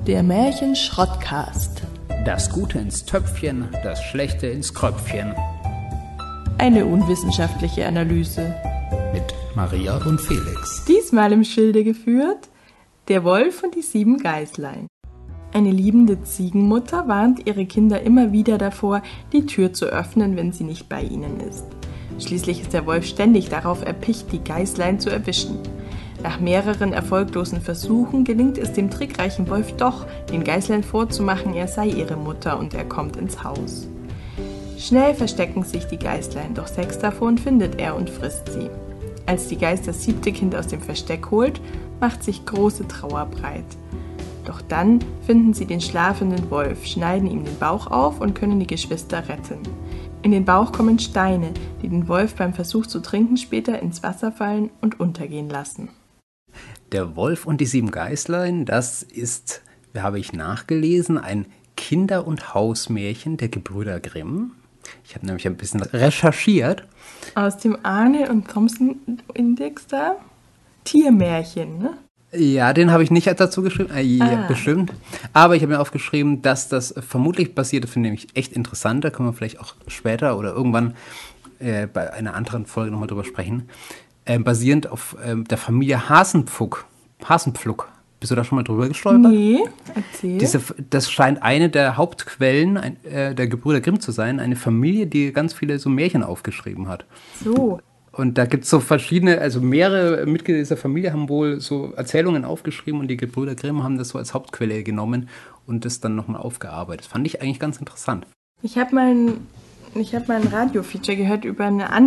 Der Märchen-Schrottcast. Das Gute ins Töpfchen, das Schlechte ins Kröpfchen. Eine unwissenschaftliche Analyse. Mit Maria und Felix. Diesmal im Schilde geführt: Der Wolf und die 7 Geißlein. Eine liebende Ziegenmutter warnt ihre Kinder immer wieder davor, die Tür zu öffnen, wenn sie nicht bei ihnen ist. Schließlich ist der Wolf ständig darauf erpicht, die Geißlein zu erwischen. Nach mehreren erfolglosen Versuchen gelingt es dem trickreichen Wolf doch, den Geißlein vorzumachen, er sei ihre Mutter, und er kommt ins Haus. Schnell verstecken sich die Geißlein, doch 6 davon findet er und frisst sie. Als die Geiß das 7. Kind aus dem Versteck holt, macht sich große Trauer breit. Doch dann finden sie den schlafenden Wolf, schneiden ihm den Bauch auf und können die Geschwister retten. In den Bauch kommen Steine, die den Wolf beim Versuch zu trinken später ins Wasser fallen und untergehen lassen. Der Wolf und die 7 Geißlein, das ist, habe ich nachgelesen, ein Kinder- und Hausmärchen der Gebrüder Grimm. Ich habe nämlich ein bisschen recherchiert. Aus dem Arne und Thompson Index da? Tiermärchen, ne? Ja, den habe ich nicht dazu geschrieben, ja, bestimmt. Aber ich habe mir aufgeschrieben, dass das vermutlich basiert, das finde ich echt interessant, da können wir vielleicht auch später oder irgendwann bei einer anderen Folge nochmal drüber sprechen, basierend auf der Familie Hasenpflug. Bist du da schon mal drüber gestolpert? Nee, erzähl. Das scheint eine der Hauptquellen der Gebrüder Grimm zu sein, eine Familie, die ganz viele so Märchen aufgeschrieben hat. So. Und da gibt es so verschiedene, also mehrere Mitglieder dieser Familie haben wohl so Erzählungen aufgeschrieben und die Gebrüder Grimm haben das so als Hauptquelle genommen und das dann nochmal aufgearbeitet. Das fand ich eigentlich ganz interessant. Ich habe mal ein Radio-Feature gehört über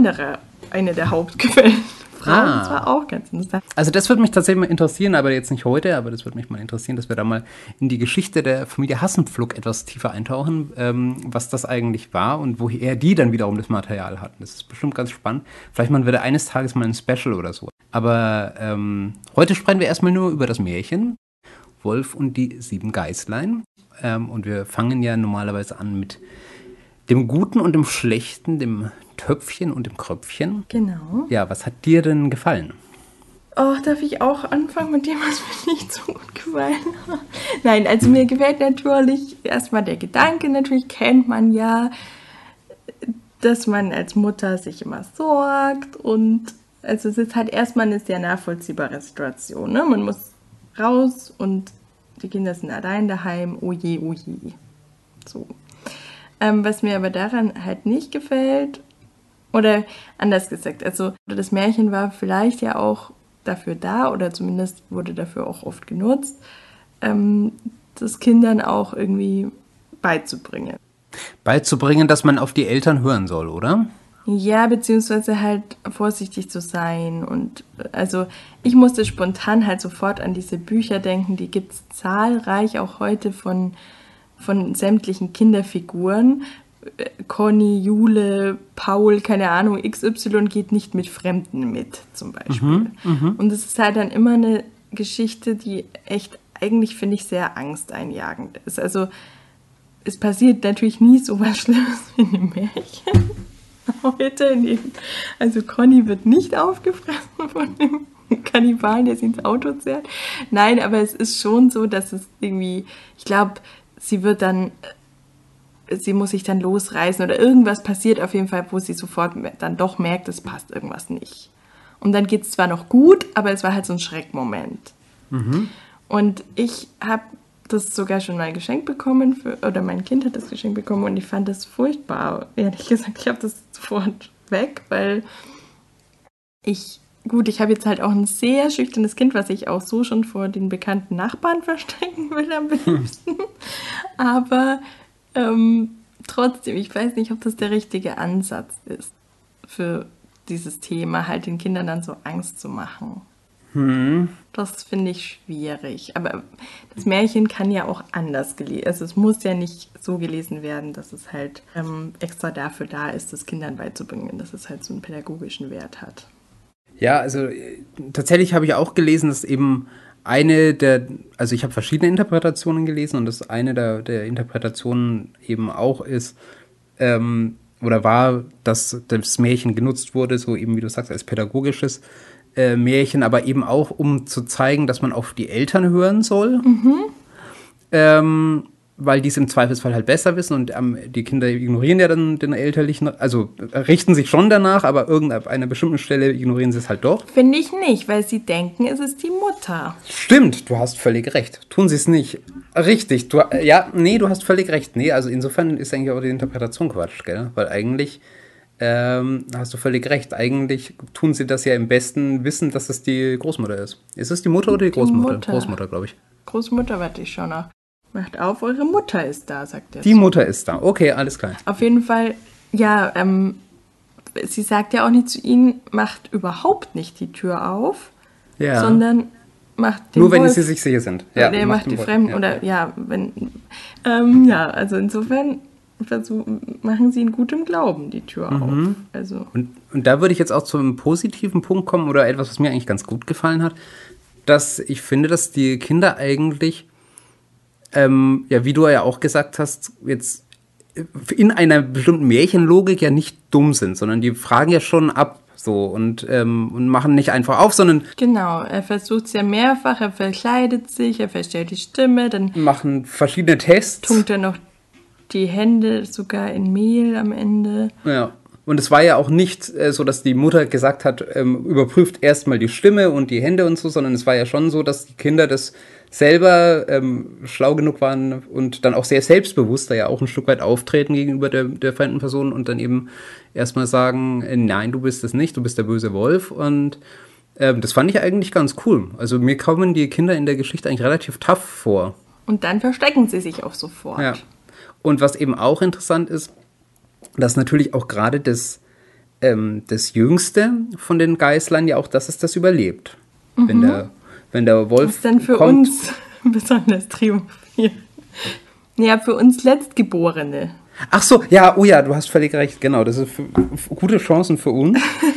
eine der Hauptquellen. Das war auch ganz interessant. Also das würde mich tatsächlich mal interessieren, aber jetzt nicht heute, aber das würde mich mal interessieren, dass wir da mal in die Geschichte der Familie Hasenpflug etwas tiefer eintauchen, was das eigentlich war und woher die dann wiederum das Material hatten. Das ist bestimmt ganz spannend. Vielleicht machen wir da eines Tages mal ein Special oder so. Aber heute sprechen wir erstmal nur über das Märchen Wolf und die 7 Geißlein. Und wir fangen ja normalerweise an mit dem Guten und dem Schlechten, dem Töpfchen und dem Kröpfchen. Genau. Ja, was hat dir denn gefallen? Oh, darf ich auch anfangen mit dem, was mir nicht so gut gefallen hat? Nein, also mir gefällt natürlich erstmal der Gedanke, natürlich kennt man ja, dass man als Mutter sich immer sorgt und also es ist halt erstmal eine sehr nachvollziehbare Situation, ne? Man muss raus und die Kinder sind allein daheim, oh je, oh je. So. Was mir aber daran halt nicht gefällt, oder anders gesagt, also das Märchen war vielleicht ja auch dafür da, oder zumindest wurde dafür auch oft genutzt, das Kindern auch irgendwie beizubringen. Beizubringen, dass man auf die Eltern hören soll, oder? Ja, beziehungsweise halt vorsichtig zu sein. Und also ich musste spontan halt sofort an diese Bücher denken, die gibt es zahlreich auch heute von sämtlichen Kinderfiguren. Conny, Jule, Paul, keine Ahnung, XY geht nicht mit Fremden mit, zum Beispiel. Und es ist halt dann immer eine Geschichte, die echt, eigentlich finde ich, sehr angsteinjagend ist. Also es passiert natürlich nie so was Schlimmes wie in dem Märchen. Heute, also Conny wird nicht aufgefressen von dem Kannibalen, der sie ins Auto zerrt. Nein, aber es ist schon so, dass es irgendwie, ich glaube, sie muss sich dann losreißen oder irgendwas passiert auf jeden Fall, wo sie sofort dann doch merkt, es passt irgendwas nicht. Und dann geht es zwar noch gut, aber es war halt so ein Schreckmoment. Und ich habe das sogar schon mal geschenkt bekommen, oder mein Kind hat das geschenkt bekommen und ich fand das furchtbar. Ehrlich gesagt, ich habe das sofort weg, weil ich habe jetzt halt auch ein sehr schüchternes Kind, was ich auch so schon vor den bekannten Nachbarn verstecken will am liebsten. Aber trotzdem, ich weiß nicht, ob das der richtige Ansatz ist für dieses Thema, halt den Kindern dann so Angst zu machen. Das finde ich schwierig. Aber das Märchen kann ja auch anders gelesen. Also es muss ja nicht so gelesen werden, dass es halt extra dafür da ist, das Kindern beizubringen, dass es halt so einen pädagogischen Wert hat. Ja, also tatsächlich habe ich auch gelesen, dass eben also ich habe verschiedene Interpretationen gelesen und das eine der Interpretationen eben auch ist, oder war, dass das Märchen genutzt wurde, so eben wie du sagst, als pädagogisches Märchen, aber eben auch, um zu zeigen, dass man auf die Eltern hören soll. weil die es im Zweifelsfall halt besser wissen und die Kinder ignorieren ja dann den elterlichen, also richten sich schon danach, aber ab einer bestimmten Stelle ignorieren sie es halt doch. Finde ich nicht, weil sie denken, es ist die Mutter. Stimmt, du hast völlig recht. Tun sie es nicht. Richtig, du hast völlig recht. Nee, also insofern ist eigentlich auch die Interpretation Quatsch, gell? Weil eigentlich hast du völlig recht. Eigentlich tun sie das ja im besten Wissen, dass es die Großmutter ist. Ist es die Mutter oder die Großmutter? Mutter. Großmutter, glaube ich. Großmutter, warte ich schon nach. Macht auf, eure Mutter ist da, sagt er. Die Mutter ist da. Okay, alles klar. Auf jeden Fall, ja, sie sagt ja auch nicht zu ihnen, macht überhaupt nicht die Tür auf, sondern macht den Nur wenn Wolf, sie sich sicher sind. Ja, oder er macht die Wolf. Fremden, Ja. oder ja, wenn, also insofern machen sie in gutem Glauben die Tür auf. Also. Und da würde ich jetzt auch zu einem positiven Punkt kommen, oder etwas, was mir eigentlich ganz gut gefallen hat, dass ich finde, dass die Kinder eigentlich wie du ja auch gesagt hast, jetzt in einer bestimmten Märchenlogik ja nicht dumm sind, sondern die fragen ja schon ab so und machen nicht einfach auf, sondern Genau, er versucht es ja mehrfach, er verkleidet sich, er verstellt die Stimme, dann machen verschiedene Tests. tunkt er noch die Hände sogar in Mehl am Ende. Ja. Und es war ja auch nicht so, dass die Mutter gesagt hat, überprüft erstmal die Stimme und die Hände und so, sondern es war ja schon so, dass die Kinder das selber schlau genug waren und dann auch sehr selbstbewusst da ja auch ein Stück weit auftreten gegenüber der fremden Person und dann eben erstmal sagen, nein, du bist es nicht, du bist der böse Wolf. Und das fand ich eigentlich ganz cool. Also mir kommen die Kinder in der Geschichte eigentlich relativ tough vor. Und dann verstecken sie sich auch sofort. Ja. Und was eben auch interessant ist, dass natürlich auch gerade das Jüngste von den Geißlern ja auch, dass es das überlebt. Wenn der Wolf was dann für kommt, uns besonders triumphiert. Ja, für uns Letztgeborene. Ach so, ja, oh ja, du hast völlig recht, genau, das ist gute Chancen für uns.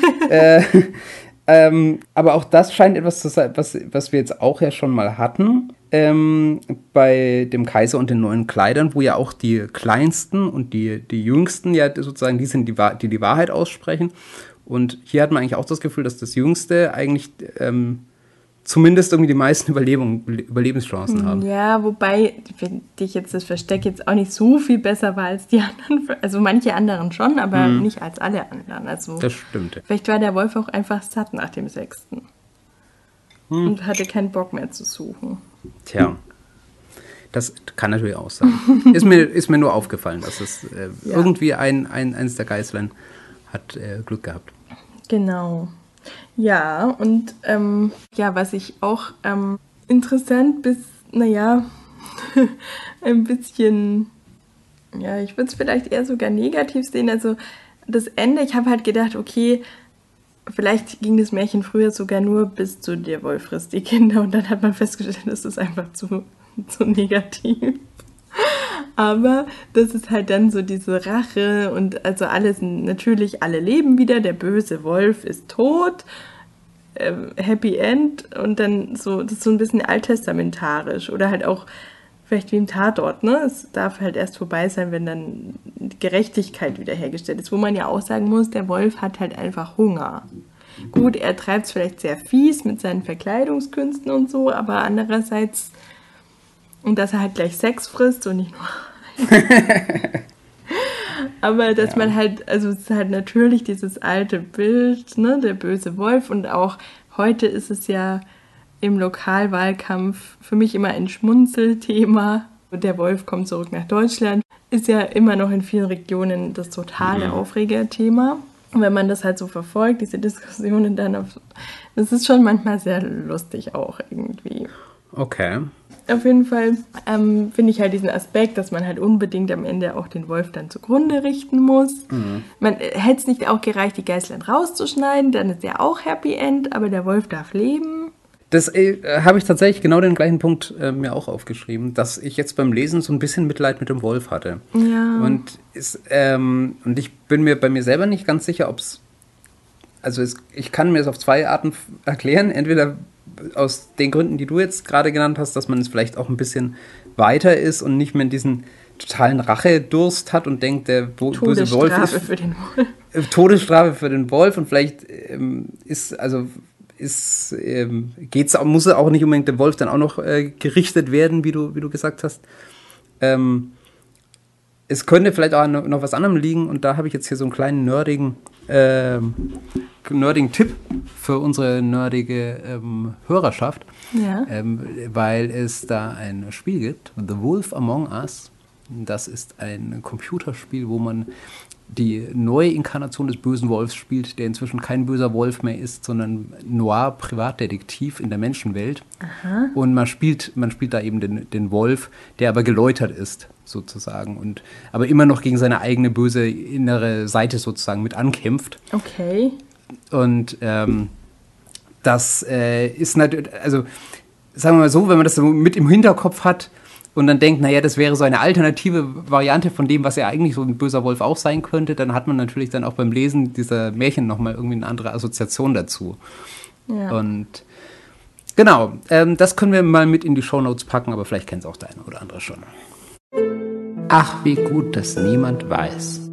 Aber auch das scheint etwas zu sein, was wir jetzt auch ja schon mal hatten, bei dem Kaiser und den neuen Kleidern, wo ja auch die Kleinsten und die Jüngsten ja sozusagen die sind, die Wahrheit aussprechen. Und hier hat man eigentlich auch das Gefühl, dass das Jüngste eigentlich zumindest irgendwie die meisten Überlebenschancen haben. Ja, wobei, finde ich jetzt das Versteck jetzt auch nicht so viel besser war als die anderen. Also manche anderen schon, aber nicht als alle anderen. Also Das stimmt. vielleicht war der Wolf auch einfach satt nach dem 6. Und hatte keinen Bock mehr zu suchen. Tja, das kann natürlich auch sein. Ist mir nur aufgefallen, dass es irgendwie eins der Geißlein hat Glück gehabt. Genau. Ja, und was ich auch interessant ein bisschen, ja, ich würde es vielleicht eher sogar negativ sehen. Also das Ende, ich habe halt gedacht, okay, vielleicht ging das Märchen früher sogar nur bis zu der Wolf frisst die Kinder und dann hat man festgestellt, das ist einfach zu negativ. Aber das ist halt dann so diese Rache und also alles, natürlich alle leben wieder, der böse Wolf ist tot, Happy End und dann so, das ist so ein bisschen alttestamentarisch oder halt auch vielleicht wie im Tatort, ne? Es darf halt erst vorbei sein, wenn dann die Gerechtigkeit wiederhergestellt ist, wo man ja auch sagen muss, der Wolf hat halt einfach Hunger. Gut, er treibt es vielleicht sehr fies mit seinen Verkleidungskünsten und so, aber andererseits, und dass er halt gleich Sex frisst und nicht nur aber dass man halt, also es ist halt natürlich dieses alte Bild, ne, der böse Wolf und auch heute ist es ja im Lokalwahlkampf für mich immer ein Schmunzelthema. Der Wolf kommt zurück nach Deutschland, ist ja immer noch in vielen Regionen das totale Aufregerthema. Und wenn man das halt so verfolgt, diese Diskussionen dann, das ist schon manchmal sehr lustig auch irgendwie. Okay. Auf jeden Fall finde ich halt diesen Aspekt, dass man halt unbedingt am Ende auch den Wolf dann zugrunde richten muss. Man hätte es nicht auch gereicht, die Geißlein rauszuschneiden, dann ist ja auch Happy End, aber der Wolf darf leben. Das habe ich tatsächlich genau den gleichen Punkt mir auch aufgeschrieben, dass ich jetzt beim Lesen so ein bisschen Mitleid mit dem Wolf hatte. Ja. Und ich bin mir bei mir selber nicht ganz sicher, ob es, ich kann mir es auf zwei Arten erklären. Entweder aus den Gründen, die du jetzt gerade genannt hast, dass man es vielleicht auch ein bisschen weiter ist und nicht mehr diesen totalen Rachedurst hat und denkt, der böse Wolf ist für den Wolf. Todesstrafe für den Wolf und vielleicht muss auch nicht unbedingt dem Wolf dann auch noch gerichtet werden, wie du gesagt hast. Es könnte vielleicht auch noch was anderem liegen und da habe ich jetzt hier so einen kleinen nerdigen Tipp für unsere nerdige Hörerschaft, weil es da ein Spiel gibt, The Wolf Among Us. Das ist ein Computerspiel, wo man die neue Inkarnation des bösen Wolfs spielt, der inzwischen kein böser Wolf mehr ist, sondern Noir-Privatdetektiv in der Menschenwelt. Aha. Und man spielt da eben den Wolf, der aber geläutert ist, sozusagen, aber immer noch gegen seine eigene böse innere Seite sozusagen mit ankämpft. Okay. Und das ist natürlich, also sagen wir mal so, wenn man das so mit im Hinterkopf hat, und dann denkt, naja, das wäre so eine alternative Variante von dem, was ja eigentlich so ein böser Wolf auch sein könnte, dann hat man natürlich dann auch beim Lesen dieser Märchen nochmal irgendwie eine andere Assoziation dazu. Ja. Und genau, das können wir mal mit in die Shownotes packen, aber vielleicht kennt es auch der eine oder andere schon. Ach, wie gut, dass niemand weiß.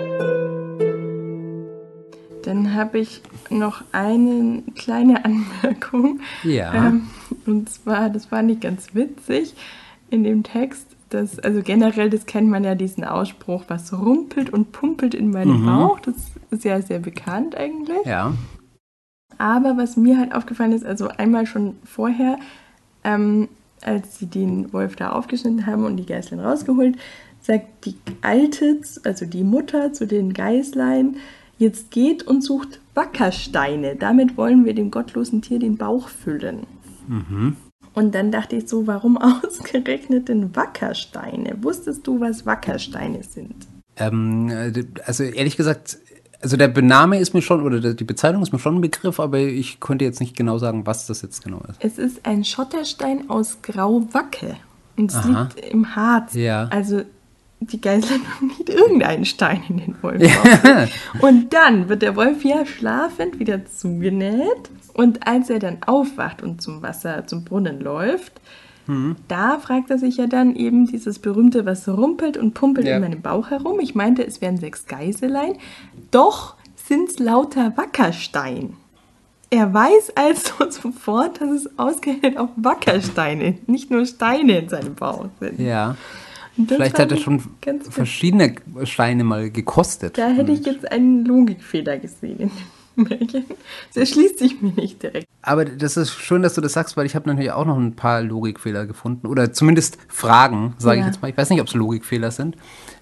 Dann habe ich noch eine kleine Anmerkung. Ja. Und zwar, das war nicht ganz witzig, in dem Text, also generell, das kennt man ja, diesen Ausspruch, was rumpelt und pumpelt in meinem Bauch, das ist ja sehr bekannt eigentlich. Ja. Aber was mir halt aufgefallen ist, also einmal schon vorher, als sie den Wolf da aufgeschnitten haben und die Geißlein rausgeholt, sagt die Alte, also die Mutter zu den Geißlein, jetzt geht und sucht Wackersteine, damit wollen wir dem gottlosen Tier den Bauch füllen. Mhm. Und dann dachte ich so, warum ausgerechnet denn Wackersteine? Wusstest du, was Wackersteine sind? Also ehrlich gesagt, also der Bename ist mir schon, oder die Bezeichnung ist mir schon ein Begriff, aber ich konnte jetzt nicht genau sagen, was das jetzt genau ist. Es ist ein Schotterstein aus Grauwacke und es liegt im Harz. Ja. Also die Geißlein nicht irgendeinen Stein in den Wolf raus. Und dann wird der Wolf ja schlafend wieder zugenäht. Und als er dann aufwacht und zum Brunnen läuft, da fragt er sich ja dann eben dieses berühmte, was rumpelt und pumpelt in meinem Bauch herum. Ich meinte, es wären 6 Geißelein, doch sind es lauter Wackerstein. Er weiß also sofort, dass es ausgerechnet auch Wackersteine, nicht nur Steine in seinem Bauch sind. Ja. Vielleicht hat er schon verschiedene Steine mal gekostet. Da hätte ich jetzt einen Logikfehler gesehen in dem Märchen. Das erschließt sich mir nicht direkt. Aber das ist schön, dass du das sagst, weil ich habe natürlich auch noch ein paar Logikfehler gefunden. Oder zumindest Fragen, sage ich jetzt mal. Ich weiß nicht, ob es Logikfehler sind.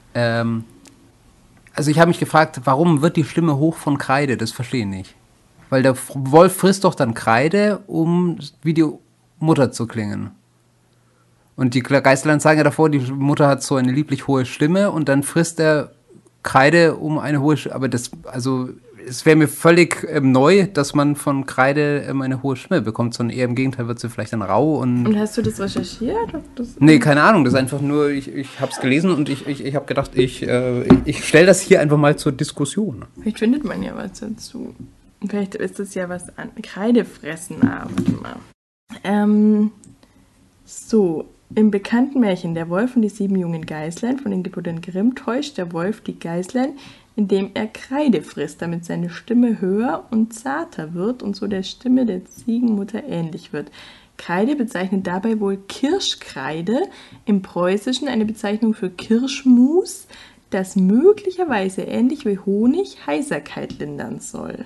Also ich habe mich gefragt, warum wird die Stimme hoch von Kreide? Das verstehe ich nicht. Weil der Wolf frisst doch dann Kreide, um wie die Mutter zu klingen. Und die Geißlein sagen ja davor, die Mutter hat so eine lieblich hohe Stimme und dann frisst er Kreide um eine hohe Stimme. Aber es wäre mir völlig neu, dass man von Kreide eine hohe Stimme bekommt, sondern eher im Gegenteil wird sie vielleicht dann rau. Und hast du das recherchiert? Nee, keine Ahnung. Das ist einfach nur, ich habe es gelesen und ich habe gedacht, ich stelle das hier einfach mal zur Diskussion. Vielleicht findet man ja was dazu. Vielleicht ist das ja was an Kreidefressen. Warte mal. Im bekannten Märchen Der Wolf und die 7 jungen Geißlein von den Gebrüdern Grimm täuscht der Wolf die Geißlein, indem er Kreide frisst, damit seine Stimme höher und zarter wird und so der Stimme der Ziegenmutter ähnlich wird. Kreide bezeichnet dabei wohl Kirschkreide, im Preußischen eine Bezeichnung für Kirschmus, das möglicherweise ähnlich wie Honig Heiserkeit lindern soll.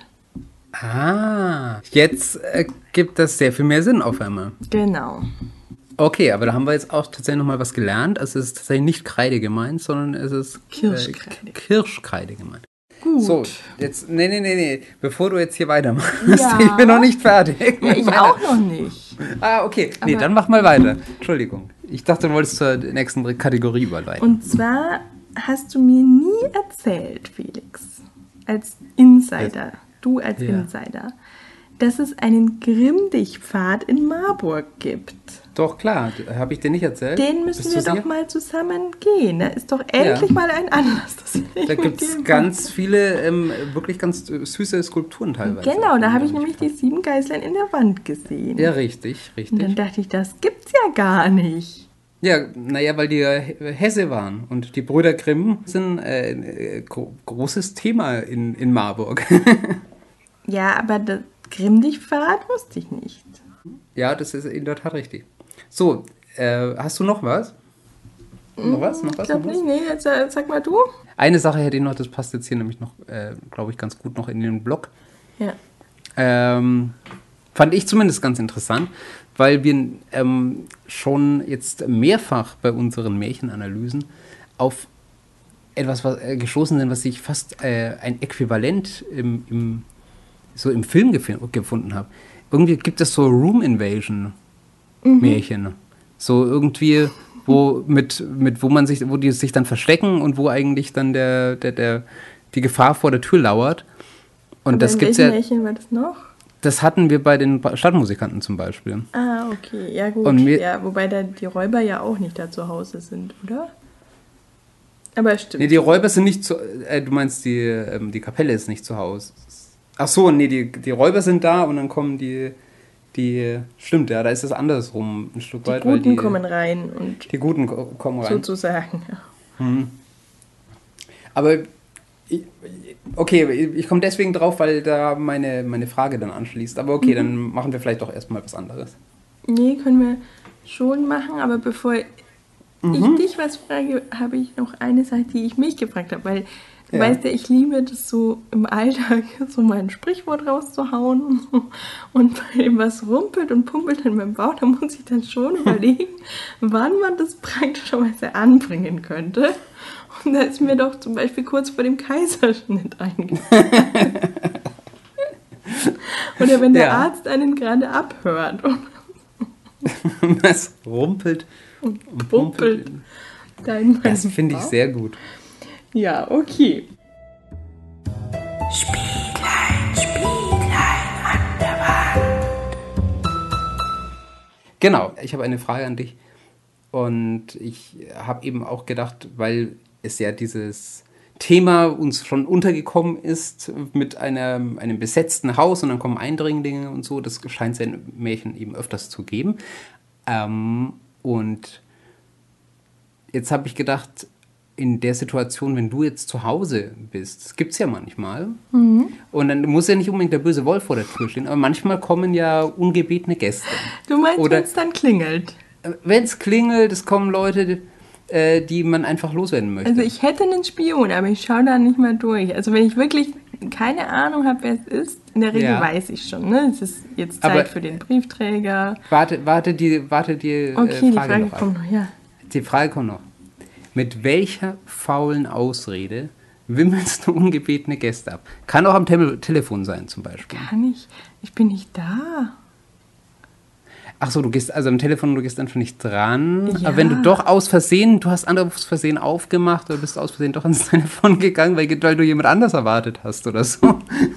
Jetzt gibt das sehr viel mehr Sinn auf einmal. Genau. Okay, aber da haben wir jetzt auch tatsächlich nochmal was gelernt. Also es ist tatsächlich nicht Kreide gemeint, sondern es ist Kirschkreide gemeint. Gut. So, jetzt, nee. Bevor du jetzt hier weitermachst, ich bin noch nicht fertig. Ja, ich auch noch nicht. Okay. Nee, dann mach mal weiter. Entschuldigung. Ich dachte, du wolltest zur nächsten Kategorie überleiten. Und zwar hast du mir nie erzählt, Felix, als Insider, Insider, dass es einen Grimm-Dich-Pfad in Marburg gibt. Doch, klar. Habe ich dir nicht erzählt? Den müssen wir doch mal zusammen gehen. Da ist doch endlich mal ein Anlass. Da gibt es ganz viele, wirklich ganz süße Skulpturen teilweise. Genau, da habe ich nämlich die 7 Geißlein in der Wand gesehen. Ja, richtig. Und dann dachte ich, das gibt's ja gar nicht. Ja, naja, weil die Hesse waren. Und die Brüder Grimm sind ein großes Thema in Marburg. Ja, aber Grimm-dich-Pfad wusste ich nicht. Ja, das ist in der Tat richtig. So, hast du noch was? Noch was? Ich glaube nicht, nee, jetzt sag mal du. Eine Sache hätte ich noch, das passt jetzt hier nämlich noch, glaube ich, ganz gut noch in den Blog. Ja. Fand ich zumindest ganz interessant, weil wir schon jetzt mehrfach bei unseren Märchenanalysen auf etwas gestoßen sind, was ich fast ein Äquivalent im Film gefunden habe. Irgendwie gibt es so Room Invasion Märchen. So irgendwie, wo die sich dann verstecken und wo eigentlich dann die Gefahr vor der Tür lauert. Und aber das in gibt's welchem Märchen war das noch? Das hatten wir bei den Stadtmusikanten zum Beispiel. Ah, okay, ja gut. Wobei da die Räuber ja auch nicht da zu Hause sind, oder? Aber stimmt. Nee, die Räuber sind nicht zu... du meinst, die Kapelle ist nicht zu Hause. Ach so, nee, die Räuber sind da und dann kommen die... Stimmt, ja, da ist es andersrum ein Stück weit. Die Guten kommen rein. Und die Guten kommen rein. Sozusagen, ja. Aber... Okay, ich komme deswegen drauf, weil da meine Frage dann anschließt. Aber okay, dann machen wir vielleicht doch erstmal was anderes. Nee, können wir schon machen, aber bevor ich dich was frage, habe ich noch eine Sache, die ich mich gefragt habe, weil du weißt ja, ich liebe das so im Alltag, so mal ein Sprichwort rauszuhauen und bei dem was rumpelt und pumpelt in meinem Bauch, da muss ich dann schon überlegen, wann man das praktischerweise anbringen könnte. Und da ist mir doch zum Beispiel kurz vor dem Kaiserschnitt eingefallen. Oder wenn der Arzt einen gerade abhört. Das rumpelt und pumpelt. Das finde ich sehr gut. Ja, okay. Spieglein, Spieglein an der Wand. Genau, ich habe eine Frage an dich. Und ich habe eben auch gedacht, weil es ja dieses Thema uns schon untergekommen ist mit einem besetzten Haus und dann kommen Eindringlinge und so, das scheint es ja in Märchen eben öfters zu geben. Und jetzt habe ich gedacht, in der Situation, wenn du jetzt zu Hause bist, das gibt es ja manchmal, und dann muss ja nicht unbedingt der böse Wolf vor der Tür stehen, aber manchmal kommen ja ungebetene Gäste. Du meinst, wenn es dann klingelt? Wenn es klingelt, es kommen Leute, die man einfach loswerden möchte. Also ich hätte einen Spion, aber ich schaue da nicht mal durch. Also wenn ich wirklich keine Ahnung habe, wer es ist, in der Regel weiß ich schon. Ne? Es ist jetzt Zeit für den Briefträger. Warte die okay, die Frage kommt noch, ja. Die Frage kommt noch. Mit welcher faulen Ausrede wimmelst du ungebetene Gäste ab? Kann auch am Telefon sein zum Beispiel. Kann ich? Ich bin nicht da. Ach so, du gehst also am Telefon, du gehst einfach nicht dran. Ja. Aber wenn du doch aus Versehen aufgemacht oder bist aus Versehen doch ins Telefon gegangen, weil du jemand anders erwartet hast oder so.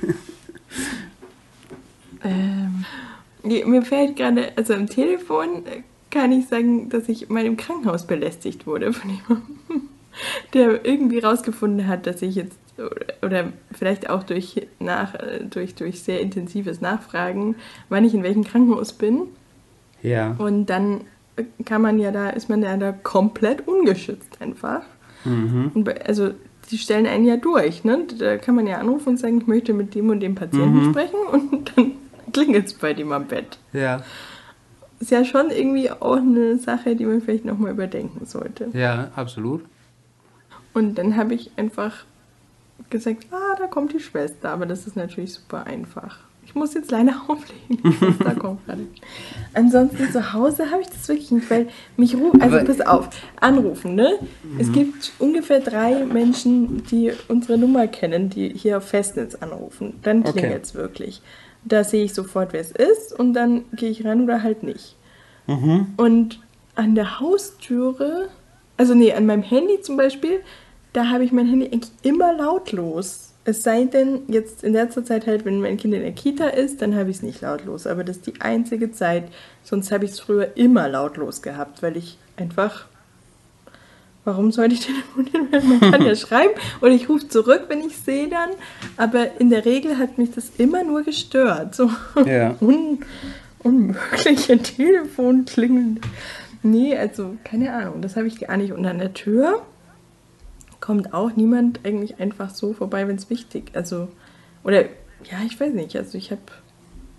Mir fällt gerade, also am Telefon kann ich sagen, dass ich mal im Krankenhaus belästigt wurde von jemandem, der irgendwie rausgefunden hat, dass ich jetzt, oder vielleicht auch durch sehr intensives Nachfragen, wann ich in welchem Krankenhaus bin. Ja. Und dann ist man ja da komplett ungeschützt einfach. Und also die stellen einen ja durch, ne? Da kann man ja anrufen und sagen, ich möchte mit dem und dem Patienten sprechen und dann klingelt es bei dem am Bett. Ja. Ist ja schon irgendwie auch eine Sache, die man vielleicht nochmal überdenken sollte. Ja, absolut. Und dann habe ich einfach gesagt, da kommt die Schwester, aber das ist natürlich super einfach. Ich muss jetzt leider auflegen. Die Schwester kommt gerade. Ansonsten zu Hause habe ich das wirklich nicht, weil mich pass auf, anrufen, ne? Es gibt ungefähr 3 Menschen, die unsere Nummer kennen, die hier auf Festnetz anrufen. Dann klingelt es wirklich. Da sehe ich sofort, wer es ist und dann gehe ich ran oder halt nicht. Und an der Haustüre, an meinem Handy zum Beispiel, da habe ich mein Handy eigentlich immer lautlos. Es sei denn, jetzt in letzter Zeit halt, wenn mein Kind in der Kita ist, dann habe ich es nicht lautlos. Aber das ist die einzige Zeit. Sonst habe ich es früher immer lautlos gehabt, weil ich einfach... Warum sollte ich telefonieren? Man kann ja schreiben oder ich rufe zurück, wenn ich sehe dann. Aber in der Regel hat mich das immer nur gestört. So unmögliche Telefonklingeln. Nee, also keine Ahnung, das habe ich gar nicht. Und an der Tür kommt auch niemand eigentlich einfach so vorbei, wenn es wichtig ist. Ich weiß nicht, also ich habe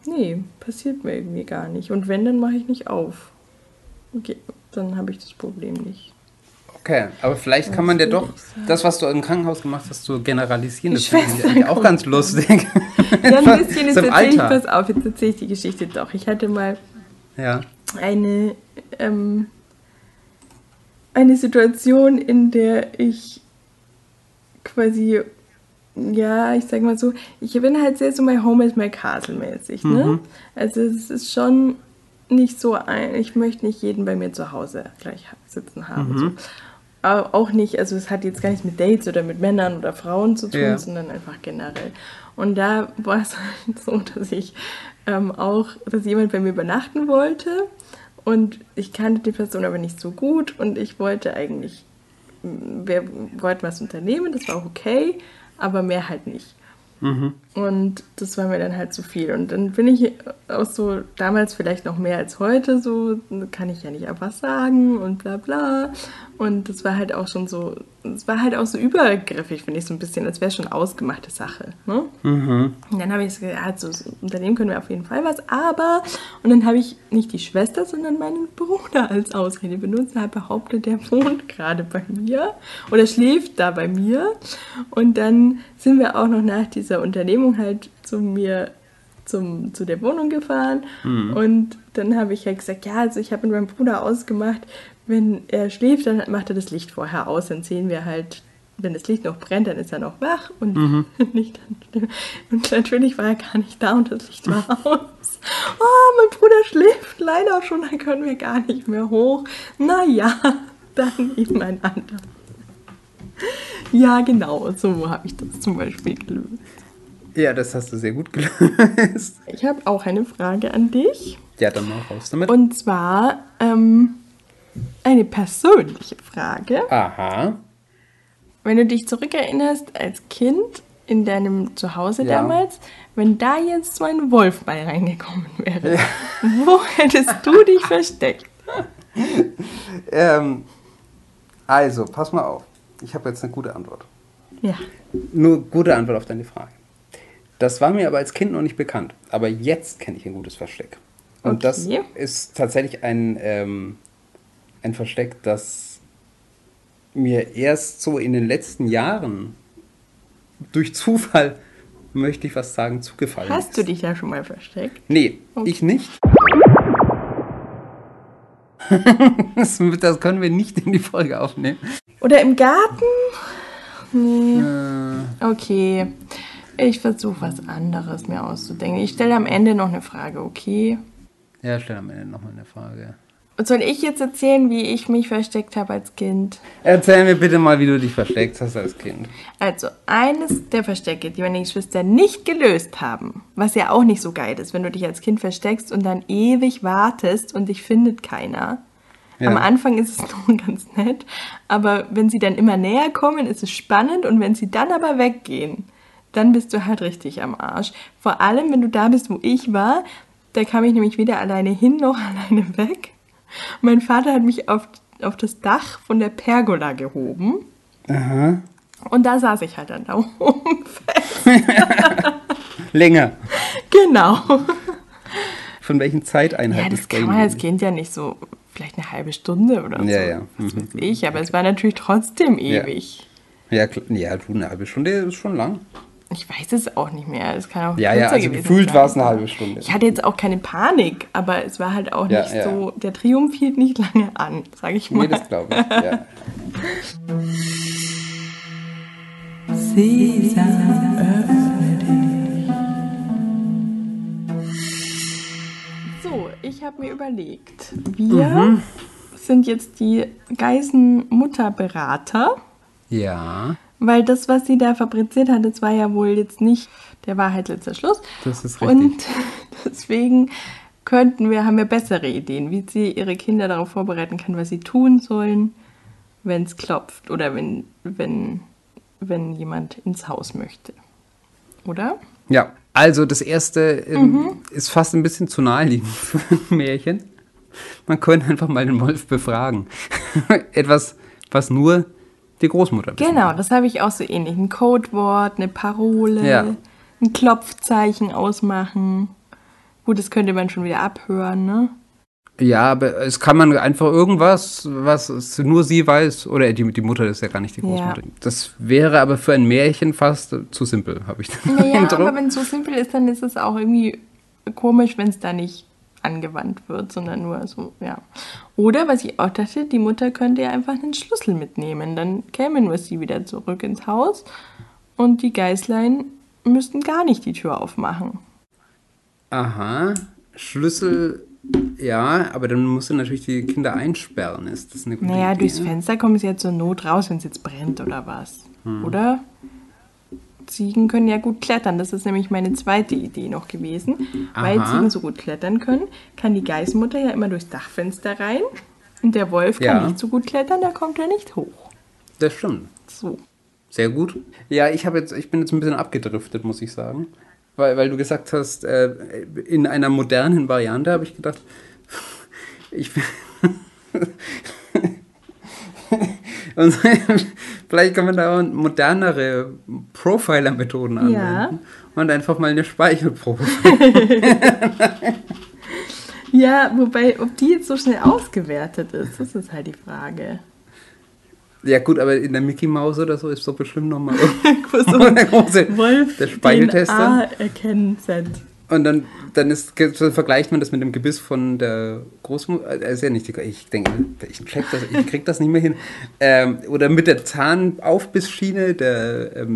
Nee, passiert mir irgendwie gar nicht. Und wenn, dann mache ich nicht auf. Okay, dann habe ich das Problem nicht. Okay, aber vielleicht kann man dir würde doch ich sagen? das, was du im Krankenhaus gemacht hast, so generalisieren. Die Das finde ich Schwester eigentlich auch kommt ganz dann. lustig. Ja, ein bisschen, jetzt So im erzähle ich, Alltag. pass auf, jetzt erzähle ich die Geschichte doch. Ich hatte mal Ja. eine Situation, in der ich quasi, ja, ich sag mal so, ich bin halt sehr so my home is my castle mäßig, ne? Also es ist schon nicht so ich möchte nicht jeden bei mir zu Hause gleich sitzen haben. So. Aber auch nicht, also es hat jetzt gar nichts mit Dates oder mit Männern oder Frauen zu tun, Ja. sondern einfach generell. Und da war es halt so, dass ich dass jemand bei mir übernachten wollte und ich kannte die Person aber nicht so gut und ich wollte eigentlich, wir wollten was unternehmen, das war auch okay, aber mehr halt nicht. Und das war mir dann halt zu viel. Und dann bin ich auch so, damals vielleicht noch mehr als heute, so kann ich ja nicht einfach sagen und bla bla. Und das war halt auch schon so, es war halt auch so übergriffig, finde ich, so ein bisschen, als wäre es schon ausgemachte Sache. Ne? Und dann habe ich gesagt, ja, so Unternehmen können wir auf jeden Fall was, aber, und dann habe ich nicht die Schwester, sondern meinen Bruder als Ausrede benutzt. Er hat behauptet, der wohnt gerade bei mir oder schläft da bei mir. Und dann sind wir auch noch nach dieser Unternehmung halt zu der Wohnung gefahren. Und dann habe ich halt gesagt, ja, also ich habe mit meinem Bruder ausgemacht, wenn er schläft, dann macht er das Licht vorher aus. Dann sehen wir halt, wenn das Licht noch brennt, dann ist er noch wach. Und nicht dann. Und natürlich war er gar nicht da und das Licht war aus. Oh, mein Bruder schläft leider schon, dann können wir gar nicht mehr hoch. Naja, dann eben ein anderer. Ja, genau, so habe ich das zum Beispiel gelöst. Ja, das hast du sehr gut gelöst. Ich habe auch eine Frage an dich. Ja, dann mal raus damit. Und zwar eine persönliche Frage. Aha. Wenn du dich zurückerinnerst als Kind in deinem Zuhause Ja. damals, wenn da jetzt so ein Wolf bei reingekommen wäre, wo hättest du dich versteckt? Also, pass mal auf. Ich habe jetzt eine gute Antwort. Ja. Nur gute Antwort auf deine Frage. Das war mir aber als Kind noch nicht bekannt. Aber jetzt kenne ich ein gutes Versteck. Und das Okay. ist tatsächlich ein Versteck, das mir erst so in den letzten Jahren durch Zufall, möchte ich fast sagen, zugefallen ist. Hast du dich da schon mal versteckt? Nee, Okay. ich nicht. Das können wir nicht in die Folge aufnehmen. Oder im Garten? Nee. Okay. Ich versuche was anderes mir auszudenken. Ich stelle am Ende noch eine Frage, okay? Ja, stell am Ende nochmal eine Frage. Und soll ich jetzt erzählen, wie ich mich versteckt habe als Kind? Erzähl mir bitte mal, wie du dich versteckt hast als Kind. Also, eines der Verstecke, die meine Geschwister nicht gelöst haben, was ja auch nicht so geil ist, wenn du dich als Kind versteckst und dann ewig wartest und dich findet keiner. Ja. Am Anfang ist es nur ganz nett, aber wenn sie dann immer näher kommen, ist es spannend und wenn sie dann aber weggehen, dann bist du halt richtig am Arsch. Vor allem, wenn du da bist, wo ich war, da kam ich nämlich weder alleine hin noch alleine weg. Mein Vater hat mich auf das Dach von der Pergola gehoben. Aha. Und da saß ich halt dann da oben fest. Länger. Genau. Von welchen Zeiteinheiten Ja, das sprechen kann man wir? als Kind ja nicht so, vielleicht eine halbe Stunde oder so. Ja, ja. Was weiß ich, aber es war natürlich trotzdem Ja. ewig. Ja, ja, du, eine halbe Stunde ist schon lang. Ich weiß es auch nicht mehr. Es kann auch Ja, kürzer ja, also gewesen gefühlt sein. war es eine halbe Stunde. Ich hatte jetzt auch keine Panik, aber es war halt auch Ja, nicht ja. so, der Triumph hielt nicht lange an, sage ich mal. Nee, das glaube ich. Ja. So, ich habe mir überlegt, wir sind jetzt die Geißen-Mutterberater, Ja, weil das, was sie da fabriziert hat, das war ja wohl jetzt nicht der Wahrheit letzter Schluss. das ist richtig. Und deswegen haben wir bessere Ideen, wie sie ihre Kinder darauf vorbereiten kann, was sie tun sollen, wenn es klopft oder wenn jemand ins Haus möchte. Oder? Ja, also das erste ist fast ein bisschen zu naheliegend für ein Märchen. Man könnte einfach mal den Wolf befragen. Etwas, was nur die Großmutter wissen Genau, kann. das habe ich auch so ähnlich. Ein Codewort, eine Parole, Ja. ein Klopfzeichen ausmachen. Gut, das könnte man schon wieder abhören, ne? Ja, aber es kann man einfach irgendwas, was nur sie weiß, oder die Mutter ist ja gar nicht die Großmutter. Ja. Das wäre aber für ein Märchen fast zu simpel, habe ich den Naja, Eindruck. aber wenn es so simpel ist, dann ist es auch irgendwie komisch, wenn es da nicht angewandt wird, sondern nur so, ja. Oder, was ich auch dachte, die Mutter könnte ja einfach einen Schlüssel mitnehmen. Dann käme nur sie wieder zurück ins Haus und die Geißlein müssten gar nicht die Tür aufmachen. Aha, Schlüssel, ja, aber dann musst du natürlich die Kinder einsperren. Ist das eine gute Naja, Idee? durchs Fenster kommen sie ja zur Not raus, wenn es jetzt brennt oder was. Oder? Ziegen können ja gut klettern. Das ist nämlich meine zweite Idee noch gewesen. Weil Aha. Ziegen so gut klettern können, kann die Geißmutter ja immer durchs Dachfenster rein. Und der Wolf kann Ja. nicht so gut klettern, der kommt ja nicht hoch. Das stimmt. So. Sehr gut. Ja, ich bin jetzt ein bisschen abgedriftet, muss ich sagen. Weil du gesagt hast, in einer modernen Variante habe ich gedacht, und vielleicht kann man da auch modernere Profiler-Methoden anwenden. Ja. Und einfach mal eine Speichelprobe. Ja, wobei, ob die jetzt so schnell ausgewertet ist, das ist halt die Frage. Ja gut, aber in der Mickey Maus oder so ist doch bestimmt nochmal Wo so der große Wolf der Speicheltester. DNA erkennen sind. Und dann vergleicht man das mit dem Gebiss von der Großmutter. Ist ja nicht, ich denke, ich krieg das nicht mehr hin. Oder mit der Zahnaufbissschiene der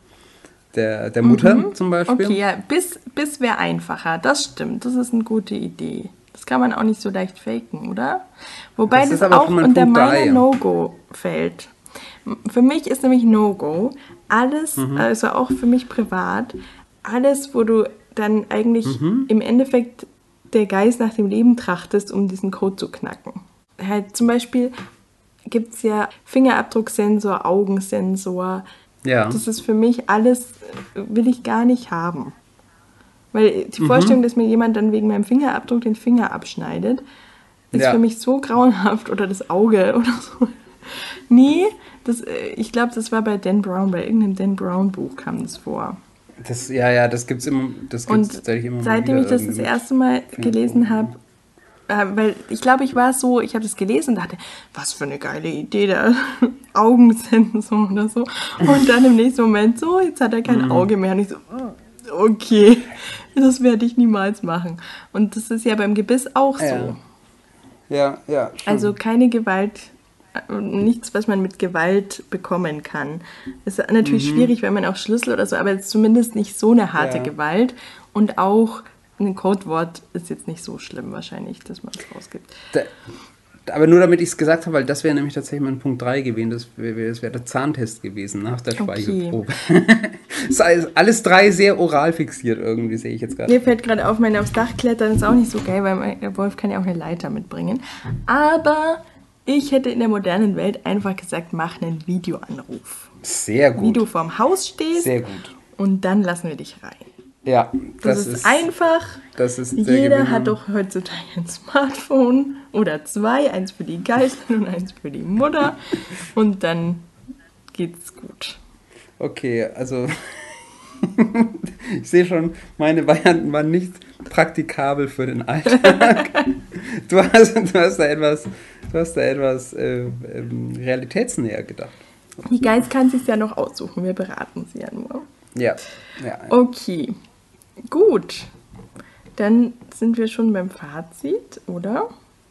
Mutter zum Beispiel. Okay, ja, bis wäre einfacher. Das stimmt, das ist eine gute Idee. Das kann man auch nicht so leicht faken, oder? Wobei Das das ist aber auch schon mal unter Punkt meiner 3. No-Go fällt. Für mich ist nämlich No-Go alles, Mhm. also auch für mich privat, alles, wo du dann eigentlich Mhm. im Endeffekt der Geist nach dem Leben trachtest, um diesen Code zu knacken. Halt zum Beispiel gibt es ja Fingerabdrucksensor, Augensensor. Ja. Das ist für mich alles, will ich gar nicht haben. Weil die Mhm. Vorstellung, dass mir jemand dann wegen meinem Fingerabdruck den Finger abschneidet, ist Ja. für mich so grauenhaft. Oder das Auge oder so. Nee, ich glaube, das war bei Dan Brown, bei irgendeinem Dan Brown Buch kam das vor. Das gibt's immer. Das gibt's Und tatsächlich immer mal seitdem wieder ich das irgendwie das erste Mal gelesen habe, weil ich glaube, ich habe das gelesen und dachte, was für eine geile Idee, der Augensensor oder so. Und dann im nächsten Moment so, jetzt hat er kein Auge mehr. Und ich so, okay, das werde ich niemals machen. Und das ist ja beim Gebiss auch so. Ja. Ja. Schon. Also keine Gewalt, nichts, was man mit Gewalt bekommen kann. Ist natürlich schwierig, wenn man auch Schlüssel oder so, aber es ist zumindest nicht so eine harte Ja. Gewalt. Und auch ein Codewort ist jetzt nicht so schlimm wahrscheinlich, dass man es rausgibt. Aber nur damit ich es gesagt habe, weil das wäre nämlich tatsächlich mein Punkt 3 gewesen. Das wäre der Zahntest gewesen nach der Speichelprobe. Es ist alles 3 sehr oral fixiert irgendwie, sehe ich jetzt gerade. Mir fällt gerade auf, aufs Dach klettern ist auch nicht so geil, weil der Wolf kann ja auch eine Leiter mitbringen. Aber ich hätte in der modernen Welt einfach gesagt, mach einen Videoanruf. Sehr gut. Wie du vorm Haus stehst Sehr gut. und dann lassen wir dich rein. Ja, Das ist einfach. Das ist der Jeder Gewinner. hat doch heutzutage ein Smartphone oder 2, eins für die Geißlein und eins für die Mutter. Und dann geht's gut. Okay, also ich sehe schon, meine Varianten waren nicht praktikabel für den Alltag. Du hast da etwas realitätsnäher gedacht. Die Geiß kann sich ja noch aussuchen, wir beraten sie ja nur. Ja. Okay, gut. Dann sind wir schon beim Fazit, oder?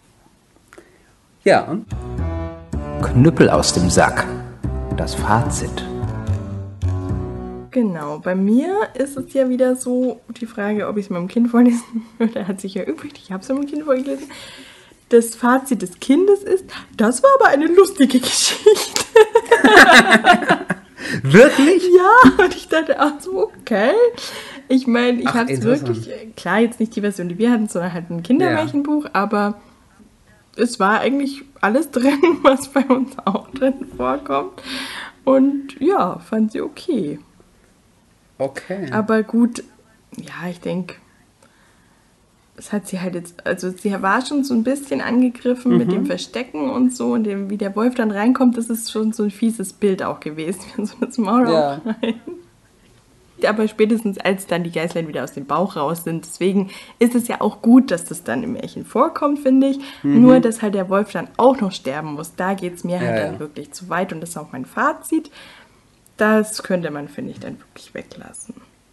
Ja. Knüppel aus dem Sack. Das Fazit. Genau, bei mir ist es ja wieder so, die Frage, ob ich es meinem Kind vorlesen würde, hat sich ja übrig. Ich habe es meinem Kind vorgelesen. Das Fazit des Kindes ist, das war aber eine lustige Geschichte. Wirklich? Ja, und ich dachte auch so, okay. Ich meine, ich Ach, habe es interessant. wirklich, klar, jetzt nicht die Version, die wir hatten, sondern halt ein Kindermärchenbuch, aber es war eigentlich alles drin, was bei uns auch drin vorkommt. Und ja, fand sie okay. Okay. Aber gut, ja, ich denke, es hat sie halt jetzt, also sie war schon so ein bisschen angegriffen mit dem Verstecken und so und dem, wie der Wolf dann reinkommt, das ist schon so ein fieses Bild auch gewesen, wenn so das Maul Ja. aufreißt. Aber spätestens als dann die Geißlein wieder aus dem Bauch raus sind. Deswegen ist es ja auch gut, dass das dann im Märchen vorkommt, finde ich. Nur, dass halt der Wolf dann auch noch sterben muss. Da geht es mir halt dann wirklich zu weit. Und das ist auch mein Fazit. Das könnte man, finde ich, dann wirklich weglassen.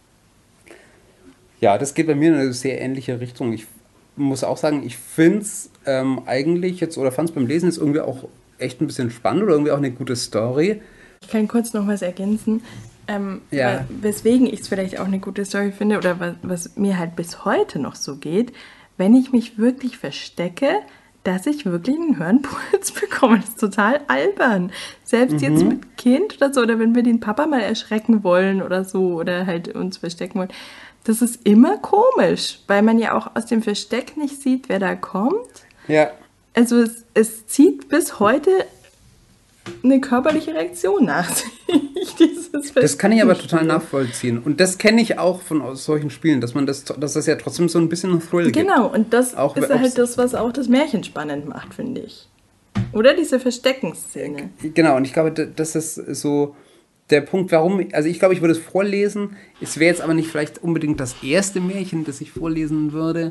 Ja, das geht bei mir in eine sehr ähnliche Richtung. Ich muss auch sagen, ich finde es eigentlich jetzt, oder fand es beim Lesen jetzt irgendwie auch echt ein bisschen spannend oder irgendwie auch eine gute Story. Ich kann kurz noch was ergänzen. Ja. Weswegen ich es vielleicht auch eine gute Story finde oder was mir halt bis heute noch so geht, wenn ich mich wirklich verstecke, dass ich wirklich einen Hörenpuls bekomme. Das ist total albern. Selbst jetzt mit Kind oder so, oder wenn wir den Papa mal erschrecken wollen oder so, oder halt uns verstecken wollen. Das ist immer komisch, weil man ja auch aus dem Versteck nicht sieht, wer da kommt. Ja. Also es zieht bis heute eine körperliche Reaktion nach sich. Das kann ich aber total nachvollziehen. Und das kenne ich auch von solchen Spielen, dass das ja trotzdem so ein bisschen einen Thrill gibt. Genau, und das auch, ist halt das, was auch das Märchen spannend macht, finde ich. Oder diese Versteckensszene. Genau, und ich glaube, das ist so der Punkt, warum, also ich glaube, ich würde es vorlesen. Es wäre jetzt aber nicht vielleicht unbedingt das erste Märchen, das ich vorlesen würde.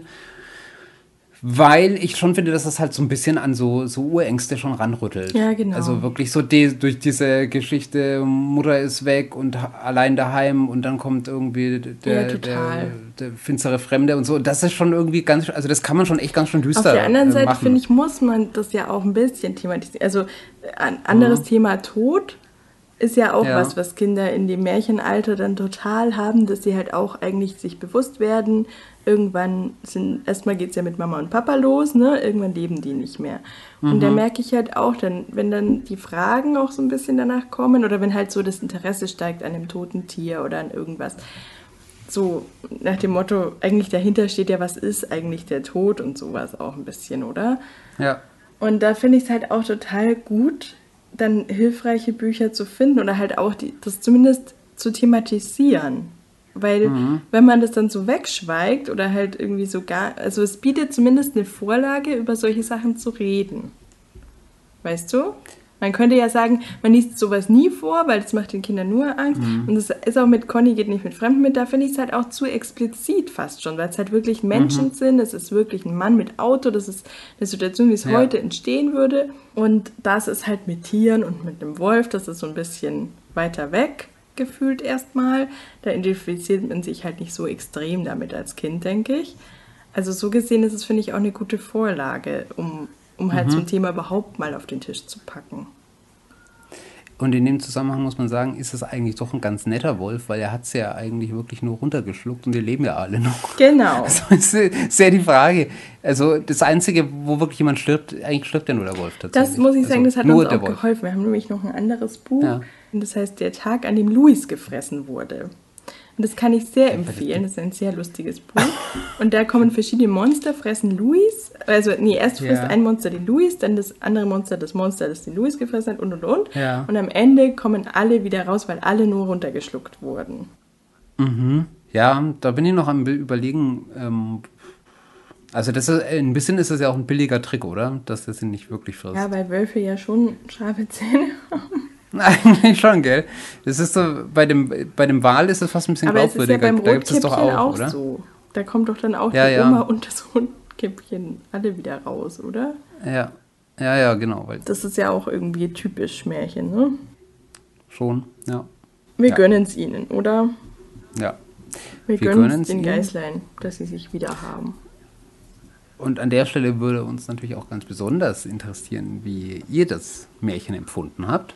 Weil ich schon finde, dass das halt so ein bisschen an so Urängste schon ranrüttelt. Ja, genau. Also wirklich so durch diese Geschichte, Mutter ist weg und allein daheim und dann kommt irgendwie der finstere Fremde und so. Das ist schon irgendwie ganz, also das kann man schon echt ganz schön düster machen. Auf der anderen Seite, finde ich, muss man das ja auch ein bisschen thematisieren. Also ein anderes Thema Tod ist ja auch was Kinder in dem Märchenalter dann total haben, dass sie halt auch eigentlich sich bewusst werden, irgendwann erstmal geht es ja mit Mama und Papa los, ne? Irgendwann leben die nicht mehr. Und da merke ich halt auch, wenn dann die Fragen auch so ein bisschen danach kommen oder wenn halt so das Interesse steigt an einem toten Tier oder an irgendwas, so nach dem Motto, eigentlich dahinter steht ja, was ist eigentlich der Tod und sowas auch ein bisschen, oder? Ja. Und da finde ich es halt auch total gut, dann hilfreiche Bücher zu finden oder halt auch das zumindest zu thematisieren. Weil wenn man das dann so wegschweigt oder halt irgendwie so also es bietet zumindest eine Vorlage, über solche Sachen zu reden. Weißt du? Man könnte ja sagen, man liest sowas nie vor, weil das macht den Kindern nur Angst. Und das ist auch mit Conny geht nicht mit Fremden mit. Da finde ich es halt auch zu explizit fast schon, weil es halt wirklich Menschen sind. Es ist wirklich ein Mann mit Auto. Das ist eine Situation, wie es heute entstehen würde. Und das ist halt mit Tieren und mit einem Wolf. Das ist so ein bisschen weiter weg gefühlt erstmal. Da identifiziert man sich halt nicht so extrem damit als Kind, denke ich. Also so gesehen ist es, finde ich, auch eine gute Vorlage, um halt so ein Thema überhaupt mal auf den Tisch zu packen. Und in dem Zusammenhang muss man sagen, ist es eigentlich doch ein ganz netter Wolf, weil er hat es ja eigentlich wirklich nur runtergeschluckt und wir leben ja alle noch. Genau. Das ist ja die Frage. Also das Einzige, wo wirklich jemand stirbt, eigentlich stirbt ja nur der Wolf tatsächlich. Das muss ich sagen, das hat uns auch geholfen. Wir haben nämlich noch ein anderes Buch. Ja. Und das heißt Der Tag, an dem Louis gefressen wurde. Und das kann ich sehr empfehlen. Das ist ein sehr lustiges Buch. Und da kommen verschiedene Monster, fressen Louis. Also, erst frisst ein Monster den Louis, dann das andere Monster, das den Louis gefressen hat und. Ja. Und am Ende kommen alle wieder raus, weil alle nur runtergeschluckt wurden. Ja, da bin ich noch am Überlegen. Also ein bisschen ist das ja auch ein billiger Trick, oder? Dass das ihn nicht wirklich frisst. Ja, weil Wölfe ja schon scharfe Zähne haben. Eigentlich schon, gell? Das ist so, bei dem Wal ist es fast ein bisschen glaubwürdiger. Aber es ist ja beim da gibt es doch auch, oder? So. Da kommt doch dann auch die Oma und das Rotkäppchen alle wieder raus, oder? Ja, genau. Das ist ja auch irgendwie typisch Märchen, ne? Schon, ja. Wir gönnen es ihnen, oder? Ja. Wir gönnen es den Geißlein, dass sie sich wieder haben. Und an der Stelle würde uns natürlich auch ganz besonders interessieren, wie ihr das Märchen empfunden habt.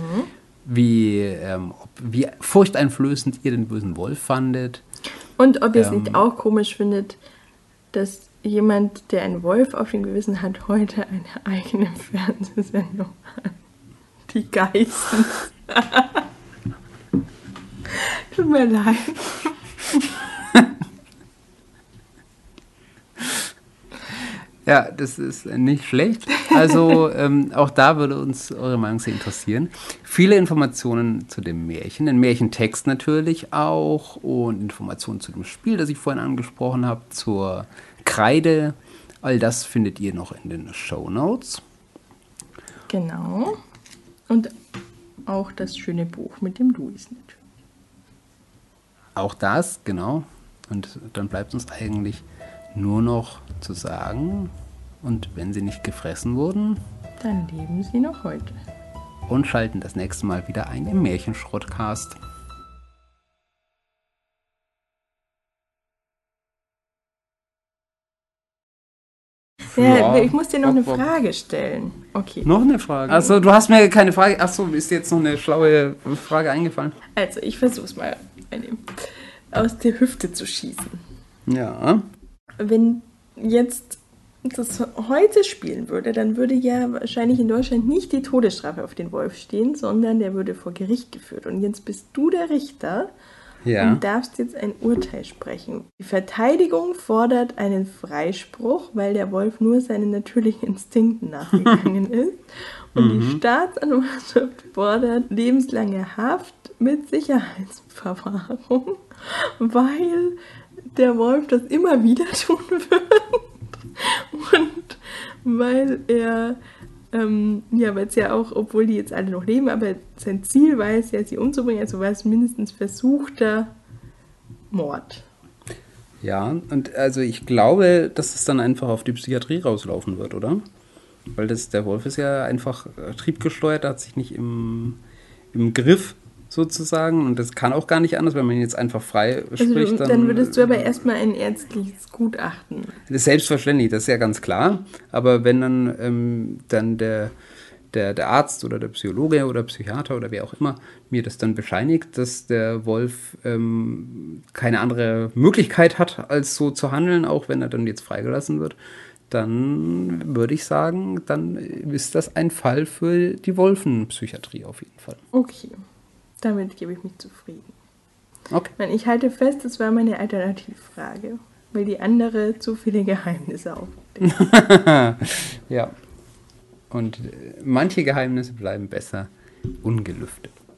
Wie furchteinflößend ihr den bösen Wolf fandet. Und ob ihr es nicht auch komisch findet, dass jemand, der einen Wolf auf dem Gewissen hat, heute eine eigene Fernsehsendung hat. Die Geißen. Tut mir leid. Ja, das ist nicht schlecht. Also auch da würde uns eure Meinung sehr interessieren. Viele Informationen zu dem Märchen, den Märchentext natürlich auch und Informationen zu dem Spiel, das ich vorhin angesprochen habe, zur Kreide. All das findet ihr noch in den Shownotes. Genau. Und auch das schöne Buch mit dem Louis natürlich. Auch das, genau. Und dann bleibt uns eigentlich nur noch zu sagen, und wenn sie nicht gefressen wurden, Dann leben sie noch heute. und schalten das nächste Mal wieder ein im Märchenschrottcast. Ja, Ja, ich muss dir noch eine Bock. Frage stellen. Okay. Noch eine Frage? Achso, du hast mir keine Frage. Achso, ist dir jetzt noch eine schlaue Frage eingefallen? Also, ich versuch's mal aus der Hüfte zu schießen. Ja. Wenn jetzt das heute spielen würde, dann würde ja wahrscheinlich in Deutschland nicht die Todesstrafe auf den Wolf stehen, sondern der würde vor Gericht geführt. Und jetzt bist du der Richter Ja. und darfst jetzt ein Urteil sprechen. Die Verteidigung fordert einen Freispruch, weil der Wolf nur seinen natürlichen Instinkten nachgegangen ist. Und die Staatsanwaltschaft fordert lebenslange Haft mit Sicherheitsverwahrung, weil der Wolf das immer wieder tun wird. Und weil er, weil es ja auch, obwohl die jetzt alle noch leben, aber sein Ziel war es ja, sie umzubringen, also war es mindestens versuchter Mord. Ja, und also ich glaube, dass es dann einfach auf die Psychiatrie rauslaufen wird, oder? Weil der Wolf ist ja einfach triebgesteuert, hat sich nicht im Griff sozusagen, und das kann auch gar nicht anders, wenn man ihn jetzt einfach frei spricht. Also dann würdest du aber erstmal ein ärztliches Gutachten. Das ist selbstverständlich, das ist ja ganz klar. Aber wenn dann der Arzt oder der Psychologe oder Psychiater oder wer auch immer mir das dann bescheinigt, dass der Wolf keine andere Möglichkeit hat, als so zu handeln, auch wenn er dann jetzt freigelassen wird, dann würde ich sagen, dann ist das ein Fall für die Wolfenpsychiatrie auf jeden Fall. Okay, damit gebe ich mich zufrieden. Okay. Nein, ich halte fest, das war meine Alternativfrage, weil die andere zu viele Geheimnisse aufdeckt. Ja. Und manche Geheimnisse bleiben besser ungelüftet.